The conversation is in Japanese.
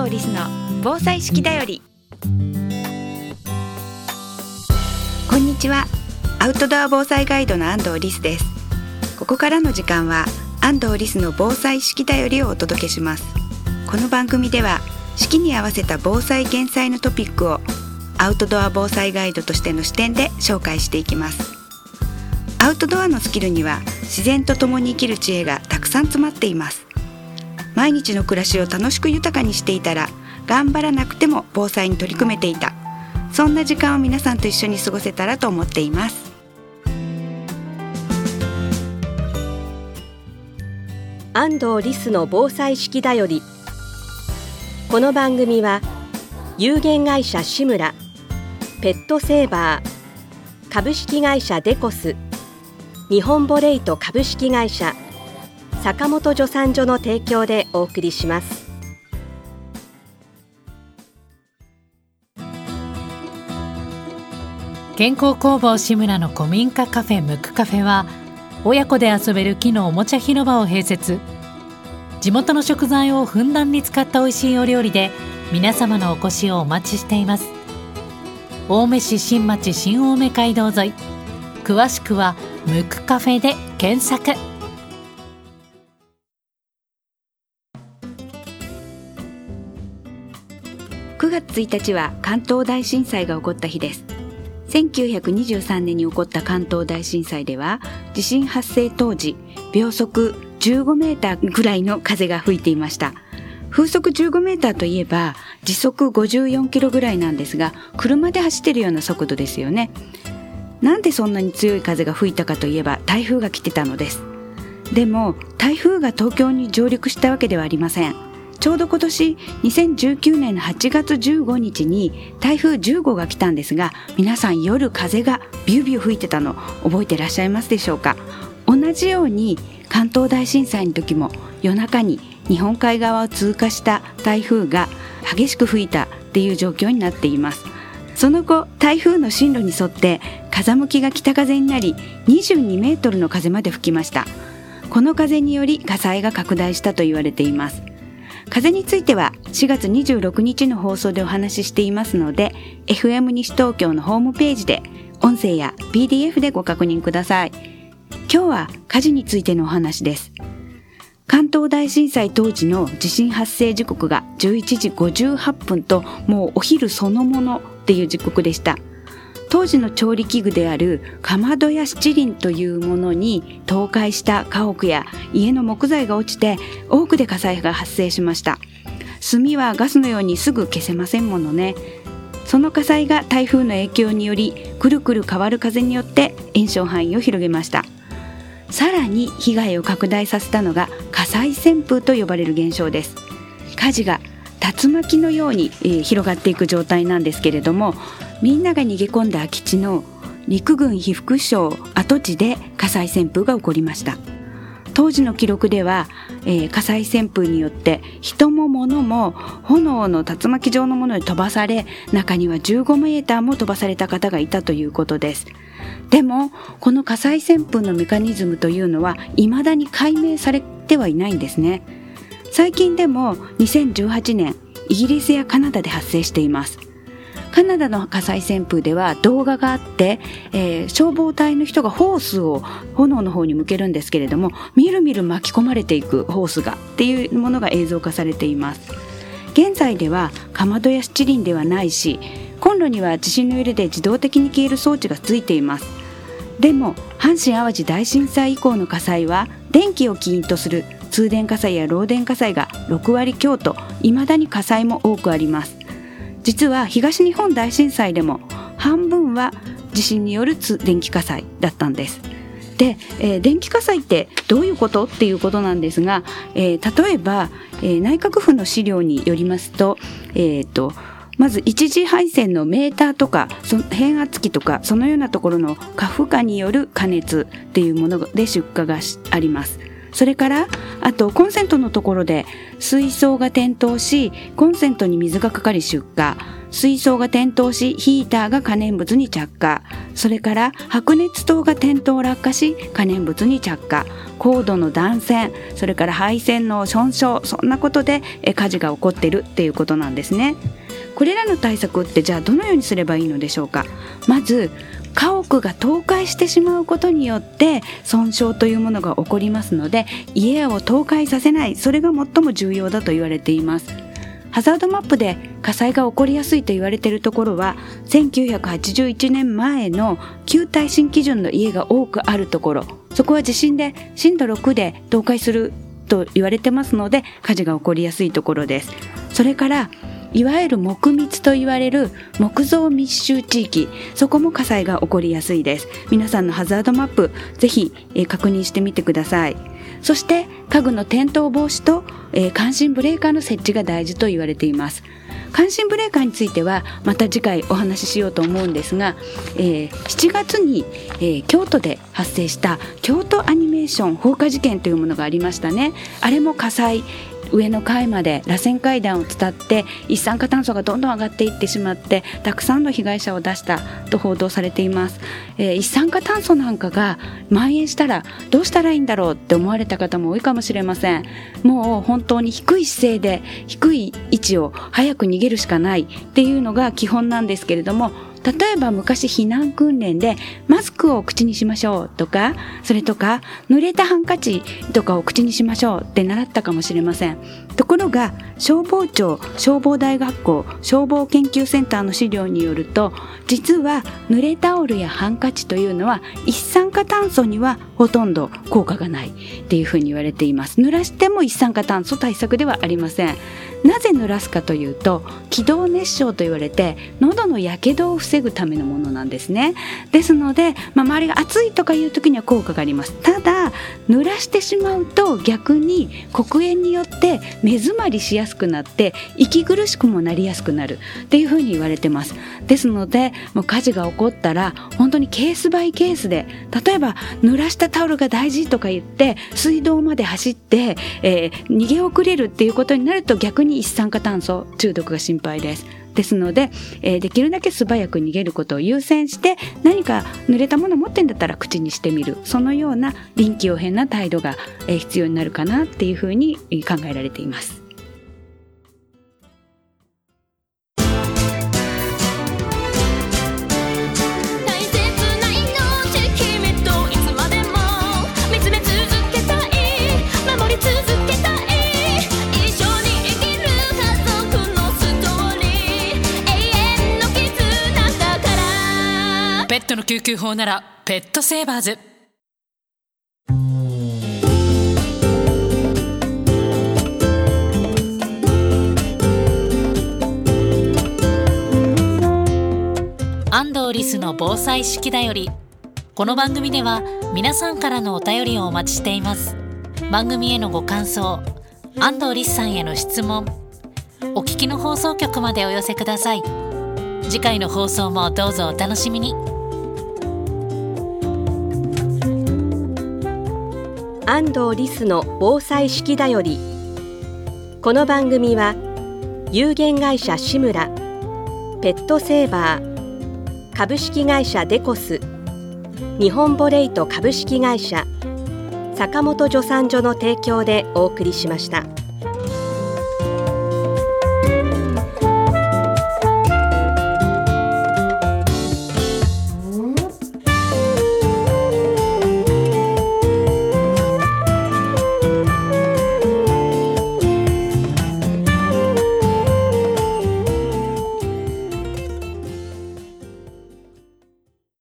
藤リスの防災式だより。こんにちは。アウトドア防災ガイドの安藤リスです。ここからの時間は安藤リスの防災式だよりをお届けします。この番組では式に合わせた防災減災のトピックをアウトドア防災ガイドとしての視点で紹介していきます。アウトドアのスキルには自然と共に生きる知恵がたくさん詰まっています。毎日の暮らしを楽しく豊かにしていたら頑張らなくても防災に取り組めていた、そんな時間を皆さんと一緒に過ごせたらと思っています。 安藤リスの防災式だより。この番組は有限会社志村、ペットセーバー、株式会社デコス、日本ボレイト株式会社、坂本助産所の提供でお送りします。 健康工房志村の古民家カフェムクカフェは、親子で遊べる木のおもちゃ広場を併設。地元の食材をふんだんに使った美味しいお料理で皆様のお越しをお待ちしています。青梅市新町新青梅街道沿い、詳しくはムクカフェで検索。 9月1日は関東大震災が起こった日です。1923年に起こった関東大震災では、地震発生当時秒速15メーターぐらいの風が吹いていました。風速15メーターといえば時速54キロぐらいなんですが、車で走ってるような速度ですよね。なんでそんなに強い風が吹いたかといえば、台風が来てたのです。でも台風が東京に上陸したわけではありません。ちょうど今年2019年の8月15日に台風10号が来たんですが、皆さん夜風がビュービュー吹いてたの覚えてらっしゃいますでしょうか。同じように関東大震災の時も夜中に日本海側を通過した台風が激しく吹いたっていう状況になっています。その後台風の進路に沿って風向きが北風になり、22メートルの風まで吹きました。この風により火災が拡大したと言われています。風については4月26日の放送でお話ししていますので、 FM 西東京のホームページで音声や PDF でご確認ください。今日は火事についてのお話です。関東大震災当時の地震発生時刻が11時58分と、もうお昼そのものっていう時刻でした。当時の調理器具であるかまどや七輪というものに倒壊した家屋や家の木材が落ちて、多くで火災が発生しました。炭はガスのようにすぐ消せませんものね。その火災が台風の影響により、くるくる変わる風によって延焼範囲を広げました。さらに被害を拡大させたのが火災旋風と呼ばれる現象です。火事が竜巻のように、広がっていく状態なんですけれども、みんなが逃げ込んだ空き地の陸軍被服廠跡地で火災旋風が起こりました。当時の記録では、火災旋風によって人も物も炎の竜巻状のものに飛ばされ、中には15メーターも飛ばされた方がいたということです。でもこの火災旋風のメカニズムというのは未だに解明されてはいないんですね。最近でも2018年イギリスやカナダで発生しています。カナダの火災旋風では動画があって、消防隊の人がホースを炎の方に向けるんですけれども、みるみる巻き込まれていくホースがっていうものが映像化されています。現在ではかまどや七輪ではないし、コンロには地震の揺れで自動的に消える装置がついています。でも阪神・淡路大震災以降の火災は電気を起因とする通電火災や漏電火災が6割強と、未だに火災も多くあります。実は東日本大震災でも半分は地震による電気火災だったんです。で、電気火災ってどういうことっていうことなんですが、例えば、内閣府の資料によりますと、まず一次配線のメーターとか変圧器とか、そのようなところの過負荷による加熱っていうもので出火があります。 それからあとコンセントのところで水槽が転倒しコンセントに水がかかり出火、水槽が転倒しヒーターが可燃物に着火、それから白熱灯が転倒落下し可燃物に着火、コードの断線、それから配線の損傷、そんなことで火事が起こっているっていうことなんですね。これらの対策ってじゃあどのようにすればいいのでしょうか。まず家屋が倒壊してしまうことによって損傷というものが起こりますので、家を倒壊させない、それが最も重要だと言われています。ハザードマップで火災が起こりやすいと言われているところは1981年前の旧耐震基準の家が多くあるところ、そこは地震で震度6で倒壊すると言われてますので火事が起こりやすいところです。それからいわゆる木密と言われる木造密集地域、そこも火災が起こりやすいです。皆さんのハザードマップぜひ確認してみてください。そして家具の転倒防止と感震ブレーカーの設置が大事と言われています。感震ブレーカーについてはまた次回お話ししようと思うんですが、7月に、京都で発生した京都アニメーション放火事件というものがありましたね。あれも火災、上の階まで螺旋階段を伝って一酸化炭素がどんどん上がっていってしまってたくさんの被害者を出したと報道されています。一酸化炭素なんかが蔓延したらどうしたらいいんだろうって思われた方も多いかもしれません。もう本当に低い姿勢で低い位置を早く逃げるしかないっていうのが基本なんですけれども、例えば昔避難訓練でマスクを口にしましょうとか、それとか濡れたハンカチとかを口にしましょうって習ったかもしれません。ところが消防庁消防大学校消防研究センターの資料によると、実は濡れタオルやハンカチというのは一酸化炭素にはほとんど効果がないっていうふうに言われています。濡らしても一酸化炭素対策ではありません。なぜ濡らすかというと、気道熱傷と言われて喉のやけどを防ぐためのものなんですね。ですので、周りが暑いとかいう時には効果があります。ただ濡らしてしまうと逆に黒煙によって目詰まりしやすくなって息苦しくもなりやすくなるっていうふうに言われてます。ですのでもう火事が起こったら本当にケースバイケースで、例えば濡らしたタオルが大事とか言って水道まで走って、逃げ遅れるっていうことになると逆に一酸化炭素中毒が心配です。ですので、できるだけ素早く逃げることを優先して、何か濡れたものを持ってんだったら口にしてみる、そのような臨機応変な態度が、必要になるかなっていうふうに考えられています。 ペットの救急法ならペットセーバーズ。安藤リスの防災式だより。この番組では皆さんからのお便りをお待ちしています。番組へのご感想、安藤リスさんへの質問、お聞きの放送局までお寄せください。次回の放送もどうぞお楽しみに。 安藤リスの防災式だより。この番組は有限会社志村、ペットセーバー、株式会社デコス、日本ボレイト株式会社、坂本助産所の提供でお送りしました。